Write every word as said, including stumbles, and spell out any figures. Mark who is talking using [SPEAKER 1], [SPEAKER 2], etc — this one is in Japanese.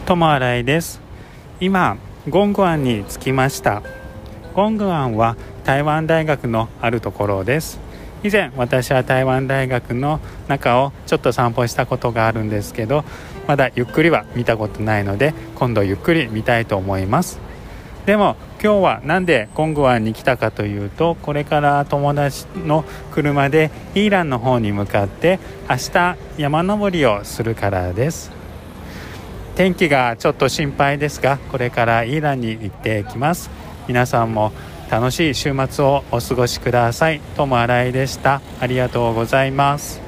[SPEAKER 1] 友新井です。今ゴングアンに着きました。ゴングアンは台湾大学のあるところです。以前私は台湾大学の中をちょっと散歩したことがあるんですけど、まだゆっくりは見たことないので今度ゆっくり見たいと思います。でも今日はなんでゴングアンに来たかというと、これから友達の車でイーランの方に向かって明日山登りをするからです。天気がちょっと心配ですが、これからイーランに行ってきます。皆さんも楽しい週末をお過ごしください。友新井でした。ありがとうございます。